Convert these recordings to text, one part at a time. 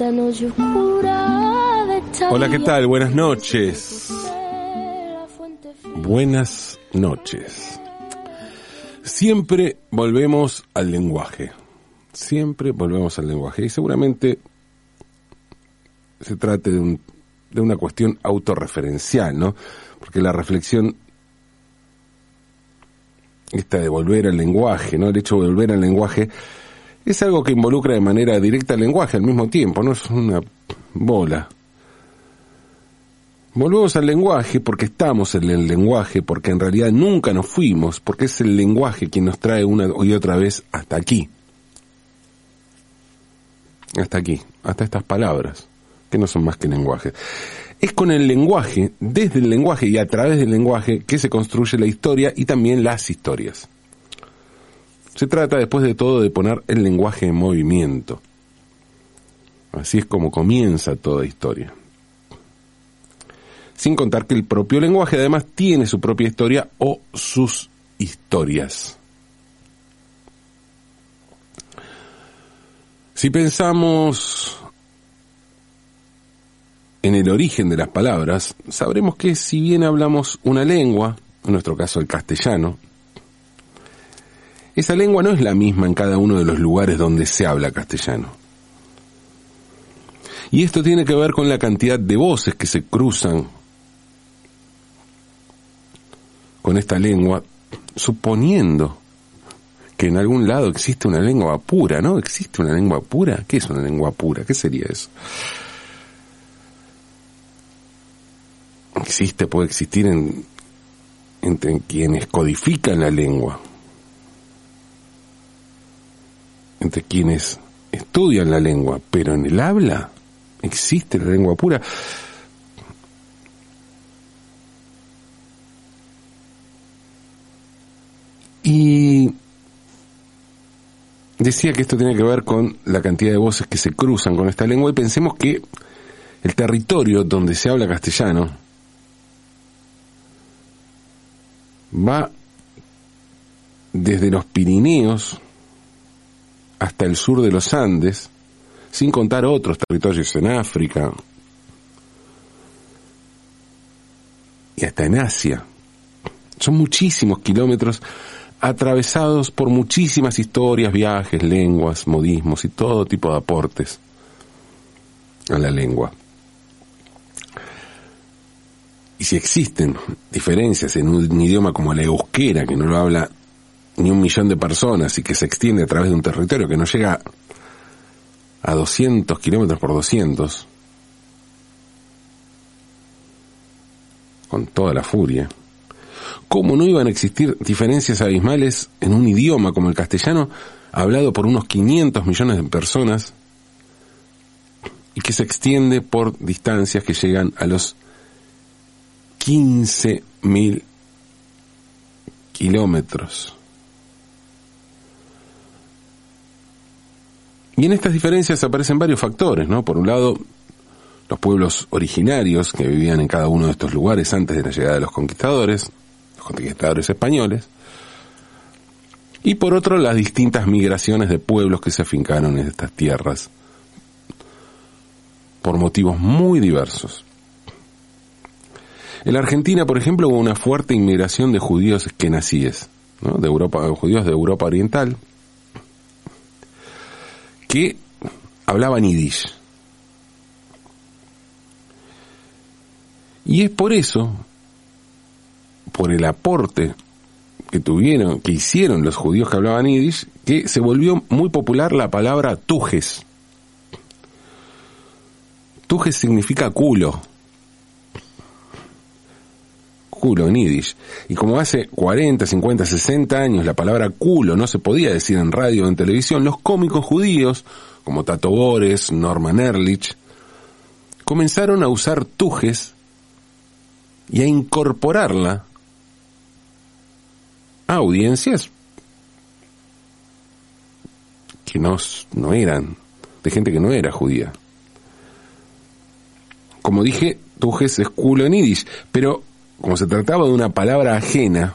la noche oscura de esta. Hola, ¿qué tal? Buenas noches. Buenas noches. Siempre volvemos al lenguaje. Siempre volvemos al lenguaje. Y seguramente se trate de una cuestión autorreferencial, ¿no? Porque la reflexión esta de volver al lenguaje, ¿no? El hecho de volver al lenguaje es algo que involucra de manera directa al lenguaje al mismo tiempo, no es una bola. Volvemos al lenguaje porque estamos en el lenguaje, porque en realidad nunca nos fuimos, porque es el lenguaje quien nos trae una y otra vez hasta aquí. Hasta aquí, hasta estas palabras, que no son más que lenguaje. Es con el lenguaje, desde el lenguaje y a través del lenguaje, que se construye la historia y también las historias. Se trata, después de todo, de poner el lenguaje en movimiento. Así es como comienza toda historia. Sin contar que el propio lenguaje, además, tiene su propia historia o sus historias. Si pensamos en el origen de las palabras, sabremos que si bien hablamos una lengua, en nuestro caso el castellano, esa lengua no es la misma en cada uno de los lugares donde se habla castellano. Y esto tiene que ver con la cantidad de voces que se cruzan con esta lengua, suponiendo que en algún lado existe una lengua pura, ¿no? ¿Existe una lengua pura? ¿Qué es una lengua pura? ¿Qué sería eso? Existe, puede existir entre quienes codifican la lengua, entre quienes estudian la lengua, pero en el habla existe la lengua pura. Y decía que esto tiene que ver con la cantidad de voces que se cruzan con esta lengua, y pensemos que el territorio donde se habla castellano va desde los Pirineos hasta el sur de los Andes, sin contar otros territorios en África y hasta en Asia. Son muchísimos kilómetros atravesados por muchísimas historias, viajes, lenguas, modismos y todo tipo de aportes a la lengua. Y si existen diferencias en un idioma como el euskera, que no lo habla ni 1 millón de personas y que se extiende a través de un territorio que no llega a 200 kilómetros por 200, con toda la furia, ¿cómo no iban a existir diferencias abismales en un idioma como el castellano, hablado por unos 500 millones de personas y que se extiende por distancias que llegan a los 15.000 kilómetros? Y en estas diferencias aparecen varios factores, ¿no? Por un lado, los pueblos originarios que vivían en cada uno de estos lugares antes de la llegada de los conquistadores españoles. Y por otro, las distintas migraciones de pueblos que se afincaron en estas tierras por motivos muy diversos. En la Argentina, por ejemplo, hubo una fuerte inmigración de judíos esquenazíes, ¿no? De Europa, judíos de Europa Oriental, que hablaban yiddish. Y es por eso, por el aporte que hicieron los judíos que hablaban yiddish, que se volvió muy popular la palabra tujes. Tujes significa culo. Culo en yiddish. Y como hace 40, 50, 60 años la palabra culo no se podía decir en radio o en televisión, los cómicos judíos, como Tato Bores, Norman Ehrlich, comenzaron a usar tujes y a incorporarla a audiencias que no eran, de gente que no era judía. Como dije, tujes es culo en yiddish, pero como se trataba de una palabra ajena,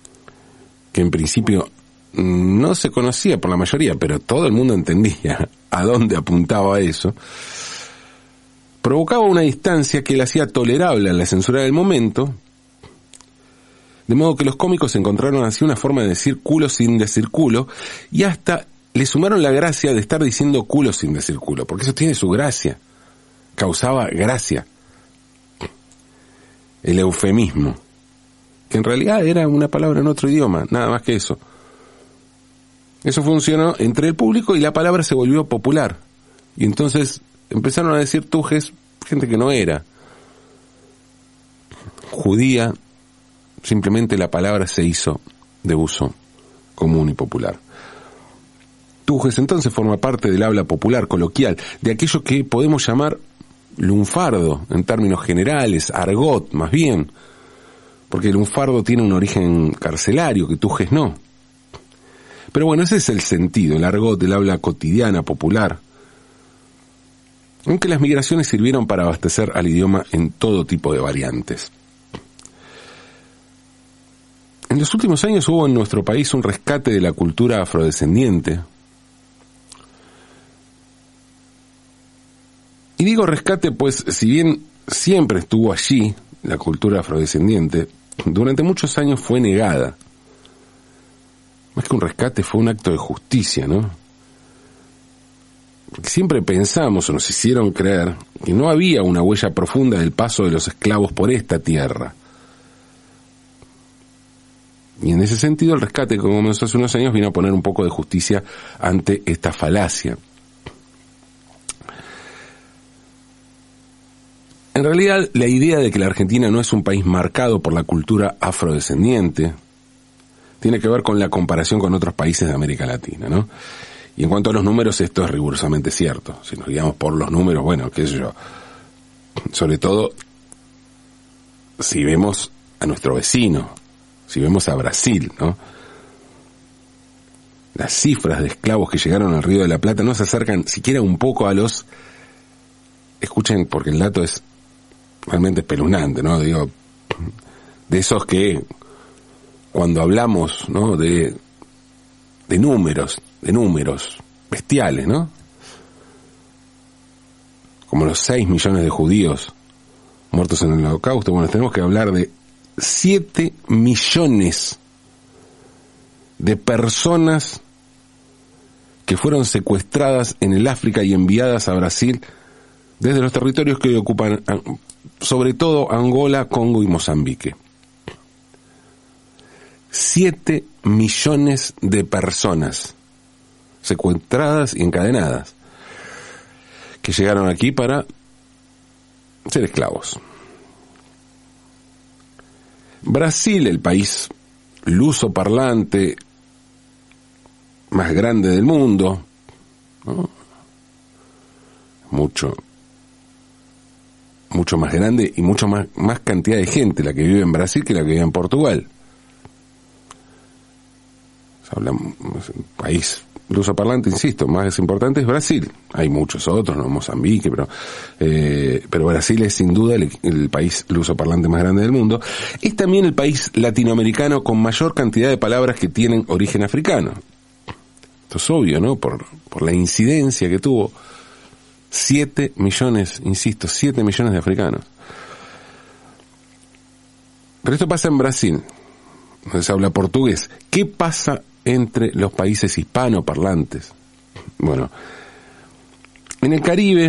que en principio no se conocía por la mayoría, pero todo el mundo entendía a dónde apuntaba eso, provocaba una distancia que le hacía tolerable a la censura del momento, de modo que los cómicos encontraron así una forma de decir culo sin decir culo, y hasta le sumaron la gracia de estar diciendo culo sin decir culo, porque eso tiene su gracia, causaba gracia. El eufemismo, que en realidad era una palabra en otro idioma, nada más que eso. Eso funcionó entre el público y la palabra se volvió popular. Y entonces empezaron a decir tujes gente que no era judía, simplemente la palabra se hizo de uso común y popular. Tujes entonces forma parte del habla popular, coloquial, de aquello que podemos llamar lunfardo, en términos generales, argot más bien, porque el lunfardo tiene un origen carcelario, que tujes no. Pero bueno, ese es el sentido, el argot del habla cotidiana, popular. Aunque las migraciones sirvieron para abastecer al idioma en todo tipo de variantes. En los últimos años hubo en nuestro país un rescate de la cultura afrodescendiente. Y digo rescate pues, si bien siempre estuvo allí la cultura afrodescendiente, durante muchos años fue negada. Más que un rescate, fue un acto de justicia, ¿no? Porque siempre pensamos o nos hicieron creer que no había una huella profunda del paso de los esclavos por esta tierra. Y en ese sentido el rescate que comenzó hace unos años vino a poner un poco de justicia ante esta falacia. En realidad, la idea de que la Argentina no es un país marcado por la cultura afrodescendiente tiene que ver con la comparación con otros países de América Latina, ¿no? Y en cuanto a los números, esto es rigurosamente cierto. Si nos guiamos por los números, bueno, qué sé yo, sobre todo si vemos a nuestro vecino, si vemos a Brasil, ¿no? Las cifras de esclavos que llegaron al Río de la Plata no se acercan siquiera un poco a los... Escuchen, porque el dato es realmente espeluznante, ¿no? Digo, de esos que cuando hablamos, ¿no? de números bestiales, ¿no? Como los 6 millones de judíos muertos en el Holocausto, bueno, tenemos que hablar de 7 millones de personas que fueron secuestradas en el África y enviadas a Brasil desde los territorios que hoy ocupan, sobre todo Angola, Congo y Mozambique. 7 millones de personas secuestradas y encadenadas que llegaron aquí para ser esclavos. Brasil, el país lusoparlante más grande del mundo, ¿no? Mucho más grande y mucho más cantidad de gente la que vive en Brasil que la que vive en Portugal. Hablamos, un país lusoparlante, insisto, más importante es Brasil. Hay muchos otros, ¿no? Mozambique, pero Brasil es sin duda el país lusoparlante más grande del mundo. Es también el país latinoamericano con mayor cantidad de palabras que tienen origen africano. Esto es obvio, ¿no? Por la incidencia que tuvo. 7 millones, insisto, 7 millones de africanos. Pero esto pasa en Brasil, donde se habla portugués. ¿Qué pasa entre los países hispanoparlantes? Bueno, en el Caribe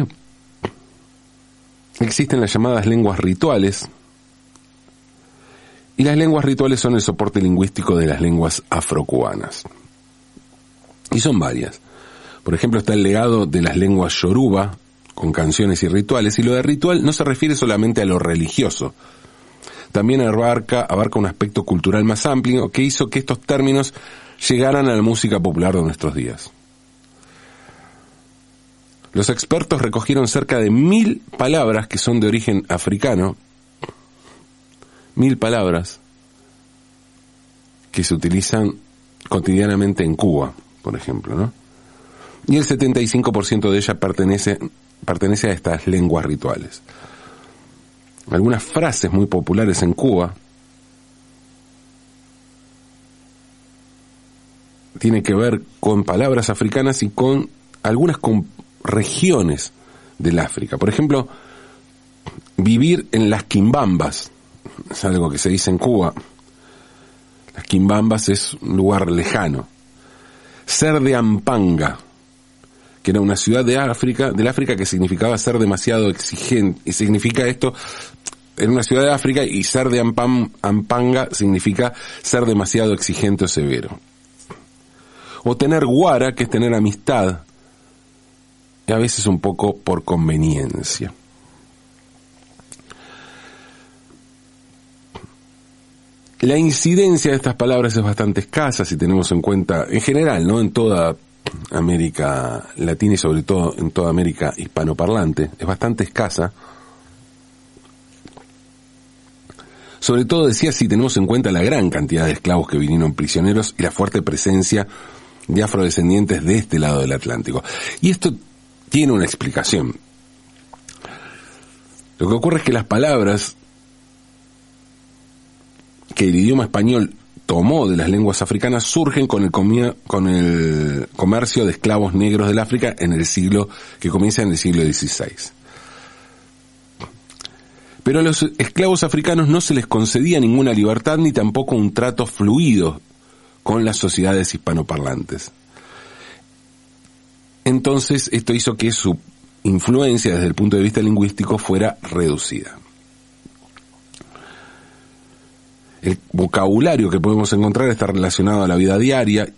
existen las llamadas lenguas rituales, y las lenguas rituales son el soporte lingüístico de las lenguas afrocubanas. Y son varias. Por ejemplo, está el legado de las lenguas yoruba, con canciones y rituales, y lo de ritual no se refiere solamente a lo religioso. También abarca un aspecto cultural más amplio que hizo que estos términos llegaran a la música popular de nuestros días. Los expertos recogieron cerca de 1000 palabras que son de origen africano, 1000 palabras que se utilizan cotidianamente en Cuba, por ejemplo, ¿no? Y el 75% de ellas pertenece a estas lenguas rituales. Algunas frases muy populares en Cuba tienen que ver con palabras africanas y con algunas regiones del África. Por ejemplo, vivir en las quimbambas, es algo que se dice en Cuba. Las quimbambas es un lugar lejano. Ser de Ampanga, que era una ciudad del África que significaba ser demasiado exigente, y significa esto, en una ciudad de África, y ser de Ampanga significa ser demasiado exigente o severo. O tener guara, que es tener amistad, y a veces un poco por conveniencia. La incidencia de estas palabras es bastante escasa si tenemos en cuenta, en general, ¿no?, en toda América Latina y sobre todo en toda América hispanoparlante, es bastante escasa. Sobre todo, decía, si tenemos en cuenta la gran cantidad de esclavos que vinieron prisioneros y la fuerte presencia de afrodescendientes de este lado del Atlántico. Y esto tiene una explicación. Lo que ocurre es que las palabras que el idioma español tomó de las lenguas africanas surgen con el comercio de esclavos negros del África que comienza en el siglo XVI. Pero a los esclavos africanos no se les concedía ninguna libertad ni tampoco un trato fluido con las sociedades hispanoparlantes. Entonces, esto hizo que su influencia desde el punto de vista lingüístico fuera reducida. El vocabulario que podemos encontrar está relacionado a la vida diaria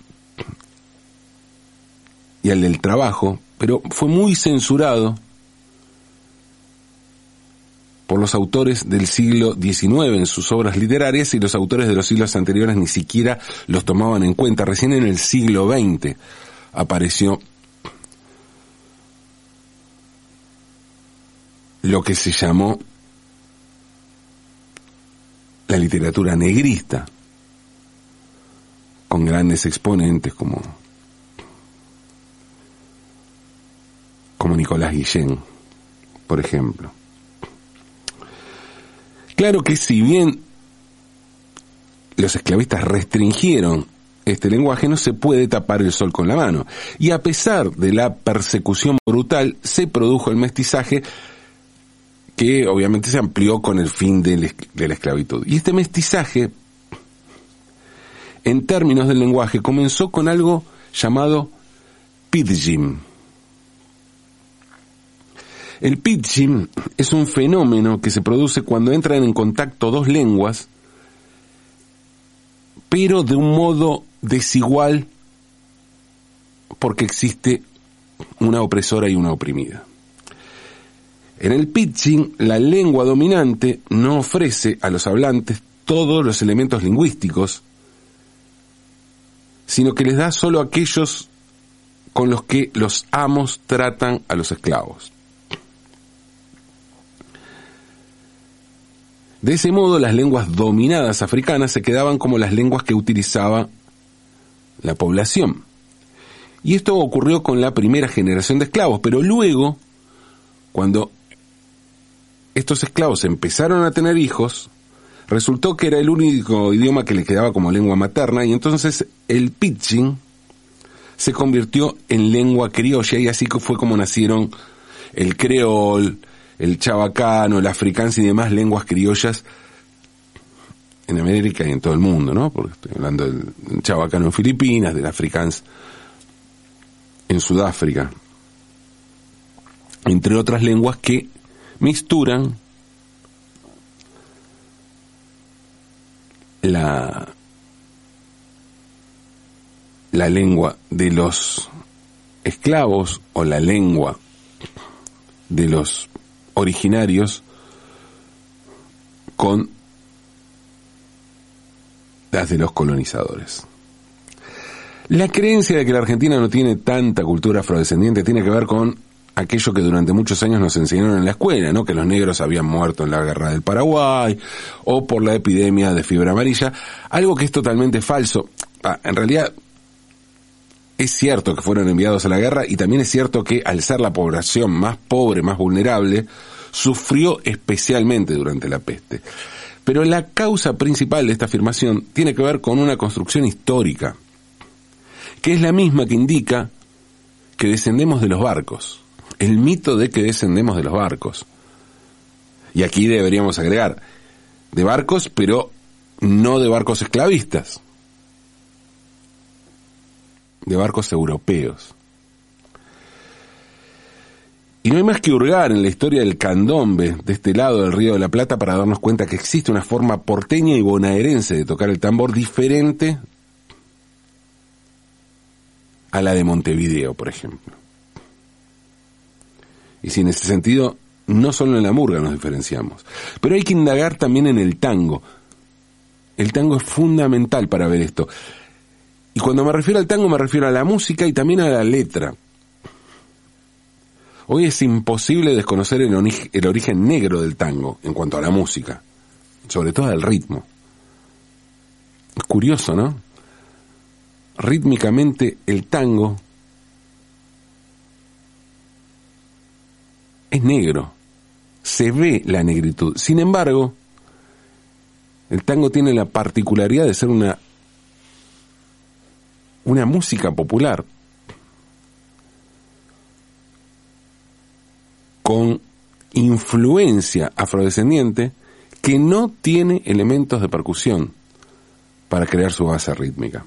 y al del trabajo, pero fue muy censurado por los autores del siglo XIX en sus obras literarias, y los autores de los siglos anteriores ni siquiera los tomaban en cuenta. Recién en el siglo XX apareció lo que se llamó la literatura negrista, con grandes exponentes como Nicolás Guillén, por ejemplo. Claro que si bien los esclavistas restringieron este lenguaje, no se puede tapar el sol con la mano. Y a pesar de la persecución brutal, se produjo el mestizaje, que obviamente se amplió con el fin de la esclavitud. Y este mestizaje, en términos del lenguaje, comenzó con algo llamado pidgin. El pidgin es un fenómeno que se produce cuando entran en contacto dos lenguas, pero de un modo desigual, porque existe una opresora y una oprimida. En el pidgin, la lengua dominante no ofrece a los hablantes todos los elementos lingüísticos, sino que les da solo aquellos con los que los amos tratan a los esclavos. De ese modo, las lenguas dominadas africanas se quedaban como las lenguas que utilizaba la población. Y esto ocurrió con la primera generación de esclavos, pero luego, cuando estos esclavos empezaron a tener hijos, resultó que era el único idioma que le quedaba como lengua materna, y entonces el pidgin se convirtió en lengua criolla, y así fue como nacieron el creol, el chabacano, el afrikaans y demás lenguas criollas en América y en todo el mundo, ¿no? Porque estoy hablando del chabacano en Filipinas, del afrikaans en Sudáfrica, entre otras lenguas que mixturan la lengua de los esclavos o la lengua de los originarios con las de los colonizadores. La creencia de que la Argentina no tiene tanta cultura afrodescendiente tiene que ver con aquello que durante muchos años nos enseñaron en la escuela, ¿no? Que los negros habían muerto en la guerra del Paraguay o por la epidemia de fiebre amarilla, algo que es totalmente falso. En realidad es cierto que fueron enviados a la guerra, y también es cierto que al ser la población más pobre, más vulnerable, sufrió especialmente durante la peste. Pero la causa principal de esta afirmación tiene que ver con una construcción histórica, que es la misma que indica que descendemos de los barcos, el mito de que descendemos de los barcos. Y aquí deberíamos agregar, de barcos, pero no de barcos esclavistas, de barcos europeos. Y no hay más que hurgar en la historia del candombe de este lado del Río de la Plata para darnos cuenta que existe una forma porteña y bonaerense de tocar el tambor diferente a la de Montevideo, por ejemplo. Y si en ese sentido, no solo en la murga nos diferenciamos, pero hay que indagar también en el tango. El tango es fundamental para ver esto. Y cuando me refiero al tango me refiero a la música y también a la letra. Hoy es imposible desconocer el origen negro del tango en cuanto a la música, sobre todo al ritmo. Es curioso, ¿no? Rítmicamente el tango es negro, se ve la negritud. Sin embargo, el tango tiene la particularidad de ser una música popular con influencia afrodescendiente que no tiene elementos de percusión para crear su base rítmica.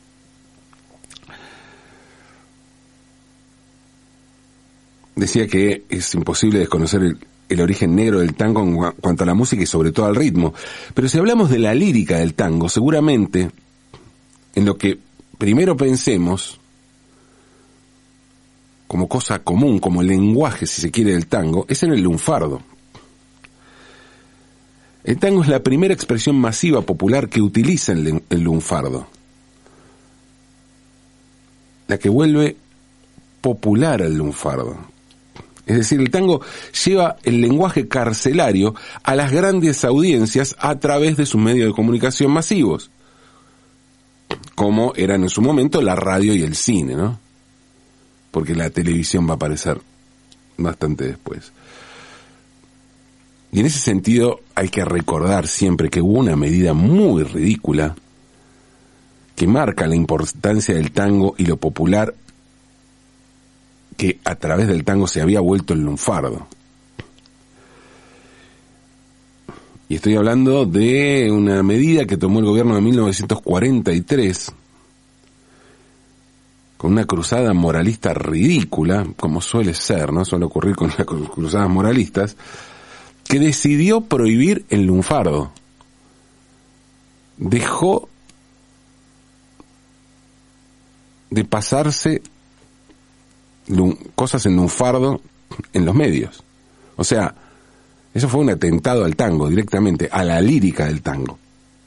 Decía que es imposible desconocer el origen negro del tango en cuanto a la música y sobre todo al ritmo. Pero si hablamos de la lírica del tango, seguramente en lo que primero pensemos como cosa común, como lenguaje, si se quiere, del tango, es en el lunfardo. El tango es la primera expresión masiva popular que utiliza el lunfardo, la que vuelve popular al lunfardo. Es decir, el tango lleva el lenguaje carcelario a las grandes audiencias a través de sus medios de comunicación masivos, como eran en su momento la radio y el cine, ¿no? Porque la televisión va a aparecer bastante después. Y en ese sentido hay que recordar siempre que hubo una medida muy ridícula que marca la importancia del tango y lo popular que a través del tango se había vuelto el lunfardo. Y estoy hablando de una medida que tomó el gobierno de 1943 con una cruzada moralista ridícula, como suele ser, ¿no? Suele ocurrir con las cruzadas moralistas, que decidió prohibir el lunfardo. Dejó de pasarse cosas en lunfardo en los medios. O sea, eso fue un atentado al tango, directamente, a la lírica del tango.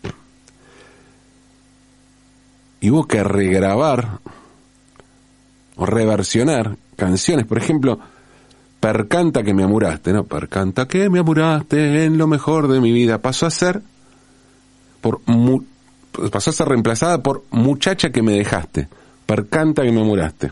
Y hubo que regrabar o reversionar canciones, por ejemplo, Percanta que me amuraste, ¿no? Percanta que me amuraste en lo mejor de mi vida. Pasó a ser reemplazada por Muchacha que me dejaste. Percanta que me amuraste.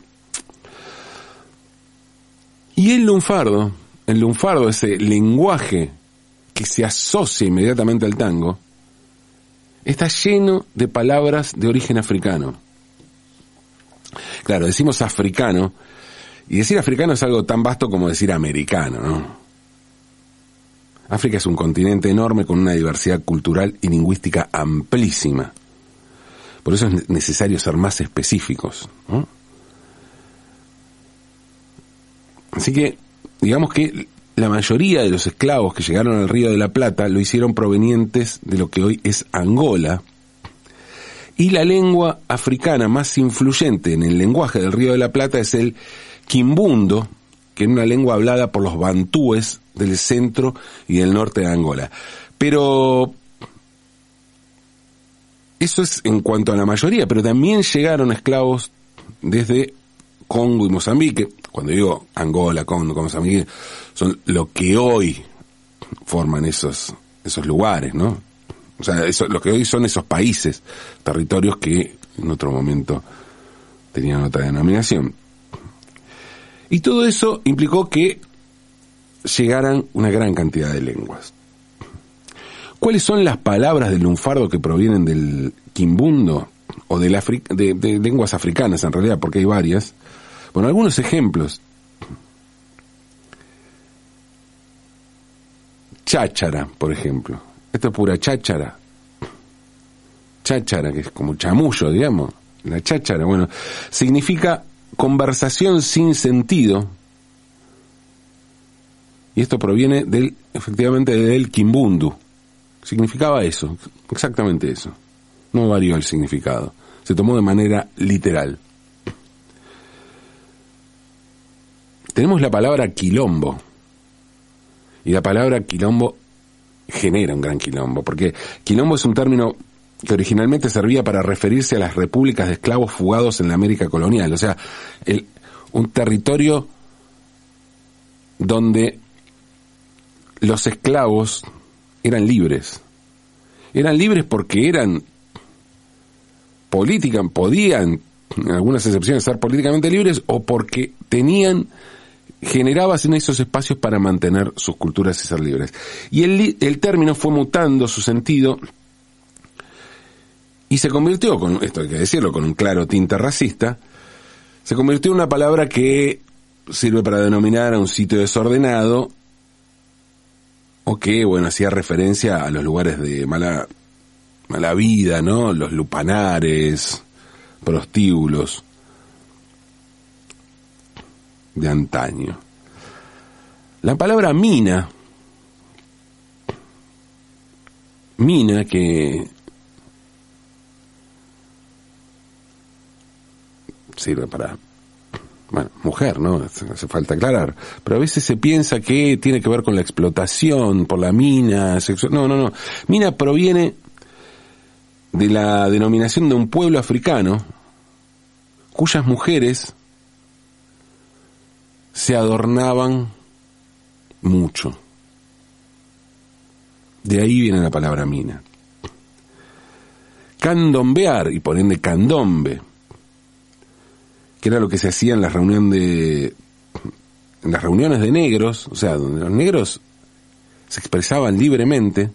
Y el lunfardo, ese lenguaje que se asocia inmediatamente al tango, está lleno de palabras de origen africano. Claro, decimos africano, y decir africano es algo tan vasto como decir americano, ¿no? África es un continente enorme con una diversidad cultural y lingüística amplísima. Por eso es necesario ser más específicos, ¿no? Así que, digamos que la mayoría de los esclavos que llegaron al Río de la Plata lo hicieron provenientes de lo que hoy es Angola, y la lengua africana más influyente en el lenguaje del Río de la Plata es el quimbundo, que es una lengua hablada por los bantúes del centro y del norte de Angola. Pero eso es en cuanto a la mayoría, pero también llegaron esclavos desde Congo y Mozambique. Cuando digo Angola, Congo, Mozambique, son lo que hoy forman esos lugares, ¿no? O sea, lo que hoy son esos países, territorios que en otro momento tenían otra denominación. Y todo eso implicó que llegaran una gran cantidad de lenguas. ¿Cuáles son las palabras del lunfardo que provienen del quimbundo o de lenguas africanas en realidad? Porque hay varias. Bueno, algunos ejemplos. cháchara, por ejemplo. Esto es pura cháchara. Cháchara, que es como chamullo, digamos. La cháchara, bueno, significa conversación sin sentido. Y esto proviene efectivamente del quimbundu. Significaba eso, exactamente eso. No varió el significado. Se tomó de manera literal. Tenemos la palabra quilombo. Y la palabra quilombo genera un gran quilombo, porque quilombo es un término que originalmente servía para referirse a las repúblicas de esclavos fugados en la América colonial. O sea, un territorio donde los esclavos eran libres. Eran libres porque eran podían, en algunas excepciones, ser políticamente libres, o porque generaban esos espacios para mantener sus culturas y ser libres. Y el término fue mutando su sentido y se convirtió, con esto hay que decirlo, con un claro tinte racista, se convirtió en una palabra que sirve para denominar a un sitio desordenado, o que, bueno, hacía referencia a los lugares de mala vida, ¿no? Los lupanares, prostíbulos de antaño. La palabra mina, que sirve para, bueno, mujer, ¿no? Hace falta aclarar. Pero a veces se piensa que tiene que ver con la explotación por la mina sexual. No. Mina proviene de la denominación de un pueblo africano cuyas mujeres se adornaban mucho. De ahí viene la palabra mina. Candombear, y por ende candombe, que era lo que se hacía en las reuniones de negros, o sea, donde los negros se expresaban libremente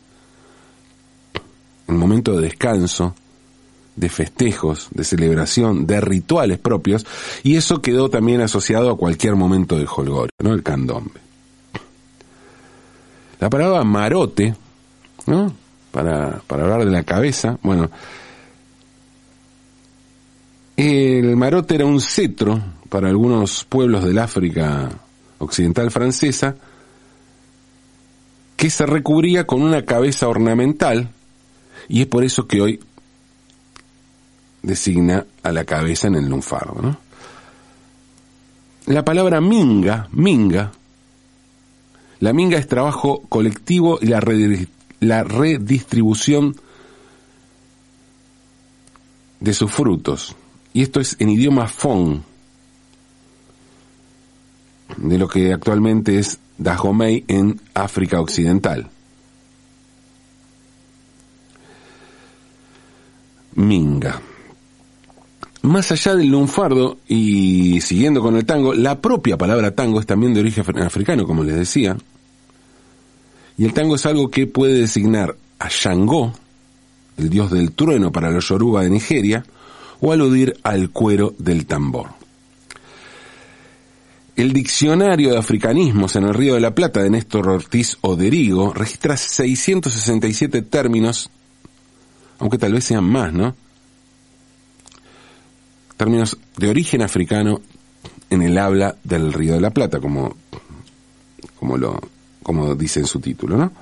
en momento de descanso, de festejos, de celebración, de rituales propios, y eso quedó también asociado a cualquier momento de jolgorio, ¿no? El candombe. La palabra marote, ¿no? Para hablar de la cabeza, bueno, el marote era un cetro para algunos pueblos del África occidental francesa que se recubría con una cabeza ornamental, y es por eso que hoy designa a la cabeza en el lunfardo, ¿no? La palabra minga, la minga es trabajo colectivo y la redistribución de sus frutos. Y esto es en idioma fon, de lo que actualmente es Dahomey en África Occidental. Minga. Más allá del lunfardo y siguiendo con el tango, la propia palabra tango es también de origen africano, como les decía. Y el tango es algo que puede designar a Shango, el dios del trueno para los Yoruba de Nigeria, o aludir al cuero del tambor. El diccionario de africanismos en el Río de la Plata de Néstor Ortiz Oderigo registra 667 términos, aunque tal vez sean más, ¿no? Términos de origen africano en el habla del Río de la Plata, como dice en su título, ¿no?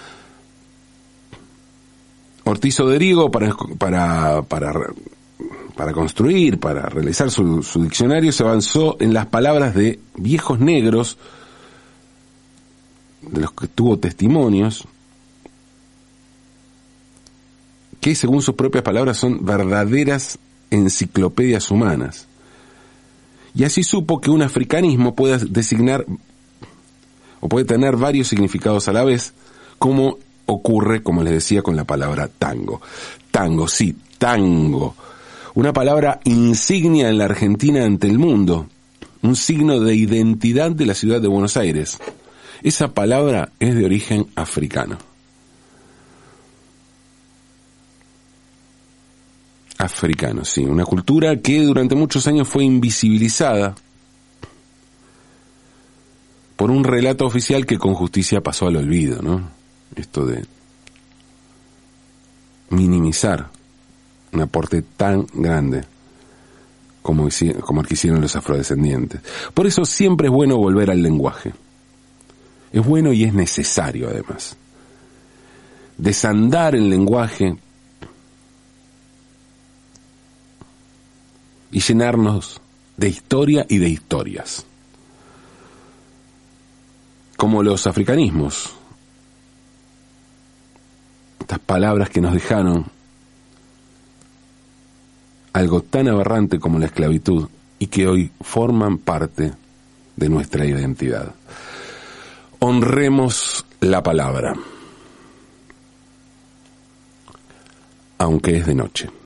Ortiz Oderigo, para construir, para realizar su diccionario, se avanzó en las palabras de viejos negros, de los que tuvo testimonios, que según sus propias palabras son verdaderas enciclopedias humanas. Y así supo que un africanismo puede designar o puede tener varios significados a la vez, como ocurre, como les decía, con la palabra tango. Tango, sí, tango. Una palabra insignia en la Argentina ante el mundo, un signo de identidad de la ciudad de Buenos Aires. Esa palabra es de origen africano. Africano, sí, una cultura que durante muchos años fue invisibilizada por un relato oficial que con justicia pasó al olvido, ¿no? esto de minimizar un aporte tan grande como el que hicieron los afrodescendientes. Por eso siempre es bueno volver al lenguaje. Es bueno y es necesario, además. Desandar el lenguaje y llenarnos de historia y de historias. Como los africanismos. Estas palabras que nos dejaron algo tan aberrante como la esclavitud y que hoy forman parte de nuestra identidad. Honremos la palabra, aunque es de noche.